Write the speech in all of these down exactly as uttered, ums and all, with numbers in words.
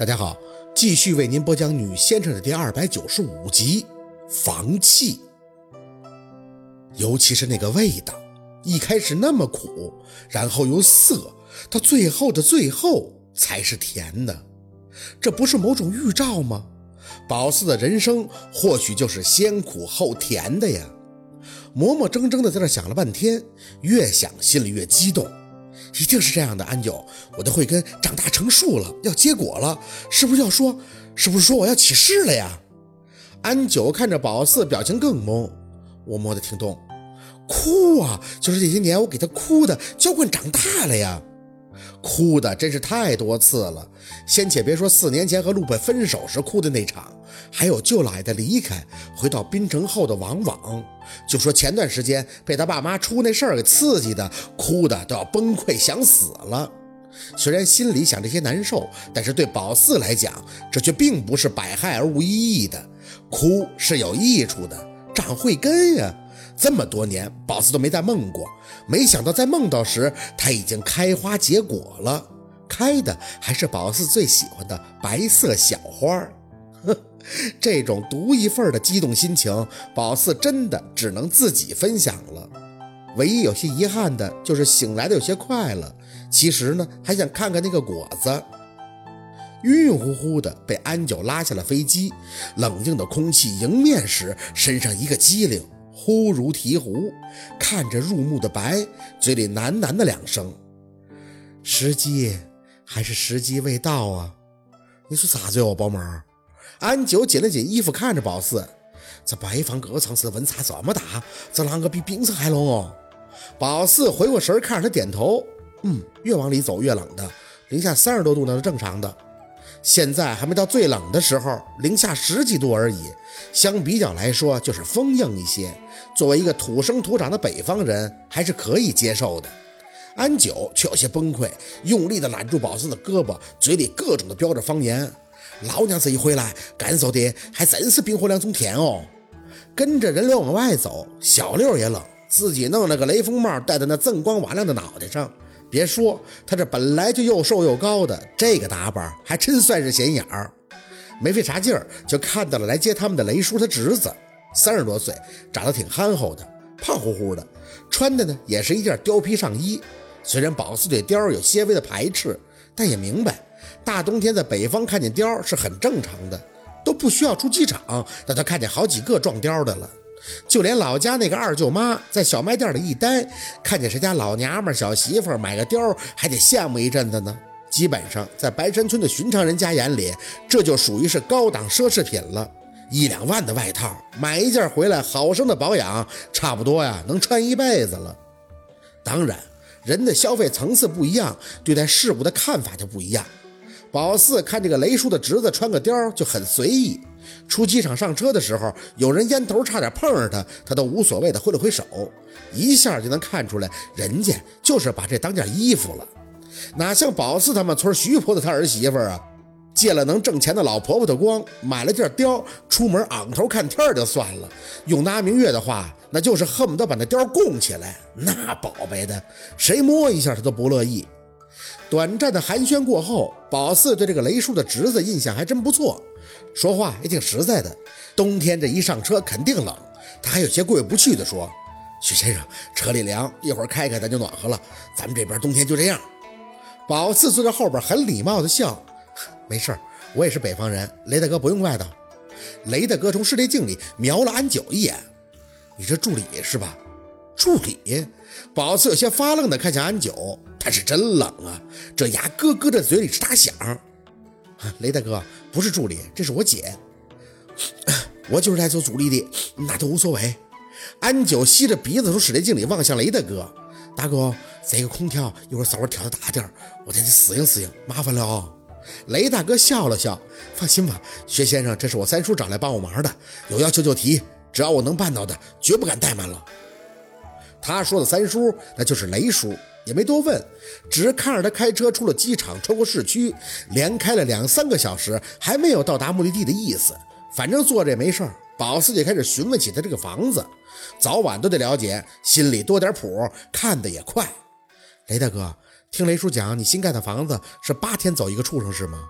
大家好，继续为您播讲女先生的第二百九十五集房契。尤其是那个味道，一开始那么苦，然后又涩，到最后的最后才是甜的。这不是某种预兆吗？宝四的人生或许就是先苦后甜的呀。磨磨怔怔的在这想了半天，越想心里越激动。一定是这样的，安九，我的慧根长大成树了，要结果了，是不是要说，是不是说我要起事了呀？安九看着宝四，表情更懵。我摸得挺动，哭啊，就是这些年我给他哭的，娇惯长大了呀。哭的真是太多次了，先且别说四年前和陆佩分手时哭的那场，还有舅老爷的离开，回到滨城后的往往，就说前段时间被他爸妈出那事儿给刺激的，哭的都要崩溃想死了。虽然心里想这些难受，但是对宝四来讲，这却并不是百害而无一益的，哭是有益处的，长慧根呀。这么多年宝四都没再梦过，没想到在梦到时他已经开花结果了，开的还是宝四最喜欢的白色小花。这种独一份的激动心情，宝四真的只能自己分享了。唯一有些遗憾的就是醒来的有些快了，其实呢还想看看那个果子。晕晕乎乎的被安九拉下了飞机，冷静的空气迎面时，身上一个机灵，忽如醍醐，看着入目的白，嘴里喃喃的两声，时机还是时机未到啊。你说啥子哟，宝妹儿？安九紧了紧衣服看着宝四，这北方各个城市的温差这么大，这啷个比冰城还冷哦？宝四回过神看着他点头，嗯，越往里走越冷的，零下三十多度那是正常的。现在还没到最冷的时候，零下十几度而已，相比较来说就是丰硬一些，作为一个土生土长的北方人还是可以接受的。安九却有些崩溃，用力地揽住宝四的胳膊，嘴里各种的飙着方言，老娘这一回来感受的还真是冰火两重天哦。跟着人流往外走，小六也冷，自己弄了个雷锋帽戴在那锃光瓦亮的脑袋上，别说他这本来就又瘦又高的，这个打扮还真算是显眼儿。没费啥劲儿就看到了来接他们的雷叔他侄子，三十多岁，长得挺憨厚的，胖乎乎的，穿的呢也是一件貂皮上衣。虽然宝四对貂有些微的排斥，但也明白大冬天在北方看见貂是很正常的，都不需要出机场，但他看见好几个撞貂的了。就连老家那个二舅妈在小卖店里一待，看见谁家老娘们小媳妇买个貂还得羡慕一阵子呢。基本上在白山村的寻常人家眼里，这就属于是高档奢侈品了。一两万的外套买一件回来，好生的保养，差不多呀能穿一辈子了。当然人的消费层次不一样，对待事物的看法就不一样。宝四看这个雷叔的侄子穿个貂就很随意，出机场上车的时候，有人烟头差点碰上他，他都无所谓的挥了挥手，一下就能看出来人家就是把这当件衣服了。哪像宝四他们村徐婆子他儿媳妇啊，借了能挣钱的老婆婆的光，买了件貂，出门昂头看天就算了，用拿明月的话，那就是恨不得把那貂供起来，那宝贝的谁摸一下他都不乐意。短暂的寒暄过后，宝四对这个雷叔的侄子印象还真不错，说话也挺实在的。冬天这一上车肯定冷，他还有些过意不去的说，许先生车里凉，一会儿开开咱就暖和了，咱们这边冬天就这样。宝四坐在后边很礼貌的笑，没事，我也是北方人，雷大哥不用怪到。雷大哥从视力镜里瞄了安九一眼，你这助理是吧？助理？宝四有些发愣的看向安九，他是真冷啊，这牙咯咯的嘴里直打响。雷大哥不是助理，这是我姐，我就是来做助理的，那都无所谓。安九吸着鼻子从视力镜里望向雷大哥，大哥这个空调一会儿稍微调的大点，我得适应适应，麻烦了哦。雷大哥笑了笑，放心吧，薛先生，这是我三叔找来帮我忙的，有要求就提，只要我能办到的，绝不敢怠慢了。他说的三叔那就是雷叔，也没多问，只看着他开车出了机场，穿过市区，连开了两三个小时，还没有到达目的地的意思。反正坐着也没事儿，宝四就开始询问起他这个房子，早晚都得了解，心里多点谱，看得也快。雷大哥，听雷叔讲，你新盖的房子是八天走一个畜生是吗？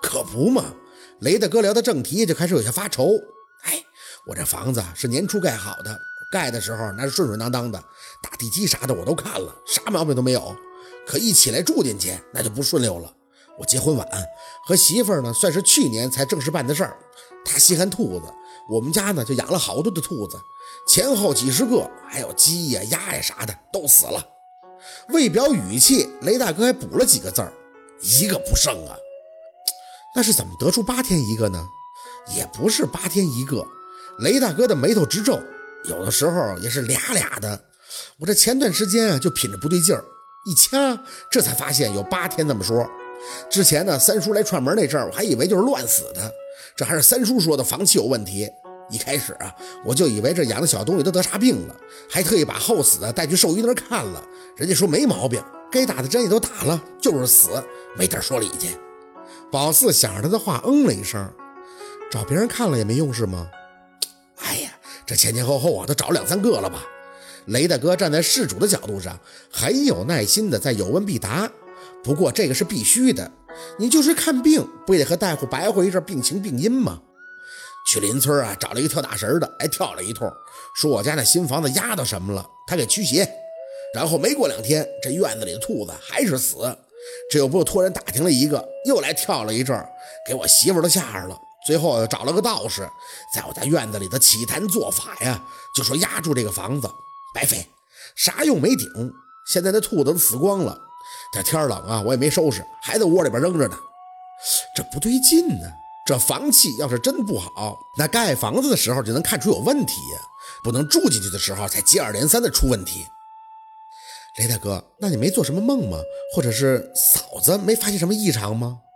可不嘛，雷大哥聊到正题就开始有些发愁。哎，我这房子是年初盖好的，盖的时候那是顺顺当当的，打地基啥的我都看了，啥毛病都没有。可一起来住进去那就不顺溜了。我结婚晚，和媳妇儿呢算是去年才正式办的事儿。她稀罕兔子，我们家呢就养了好多的兔子，前后几十个，还有鸡呀、鸭呀啥的都死了。为表语气，雷大哥还补了几个字儿：一个不剩啊。那是怎么得出八天一个呢？也不是八天一个，雷大哥的眉头直皱，有的时候也是俩俩的。我这前段时间啊就品着不对劲儿，一掐这才发现有八天这么说。之前呢三叔来串门那阵儿，我还以为就是乱死的，这还是三叔说的房契有问题。一开始啊我就以为这养的小东西都得啥病了，还特意把后死的带去兽医那儿看了，人家说没毛病，该打的针也都打了，就是死，没地儿说理去。宝四想着他的话嗯了一声，找别人看了也没用是吗？哎呀，这前前后后啊都找两三个了吧。雷大哥站在事主的角度上，很有耐心的在有问必答。不过这个是必须的，你就是看病不也得和大夫白话一阵病情病因吗？去邻村啊找了一个跳大神的，还跳了一通，说我家那新房子压到什么了，他给驱邪。然后没过两天，这院子里的兔子还是死，这又不是托人打听了一个，又来跳了一阵，给我媳妇都吓着了。最后又找了个道士，在我家院子里的起坛做法呀，就说压住这个房子，白费，啥用没顶。现在那兔子都死光了，这天冷啊，我也没收拾，还在窝里边扔着呢。这不对劲呢，这房契要是真不好，那盖房子的时候就能看出有问题呀，不能住进去的时候才接二连三的出问题。雷大哥，那你没做什么梦吗？或者是嫂子没发现什么异常吗？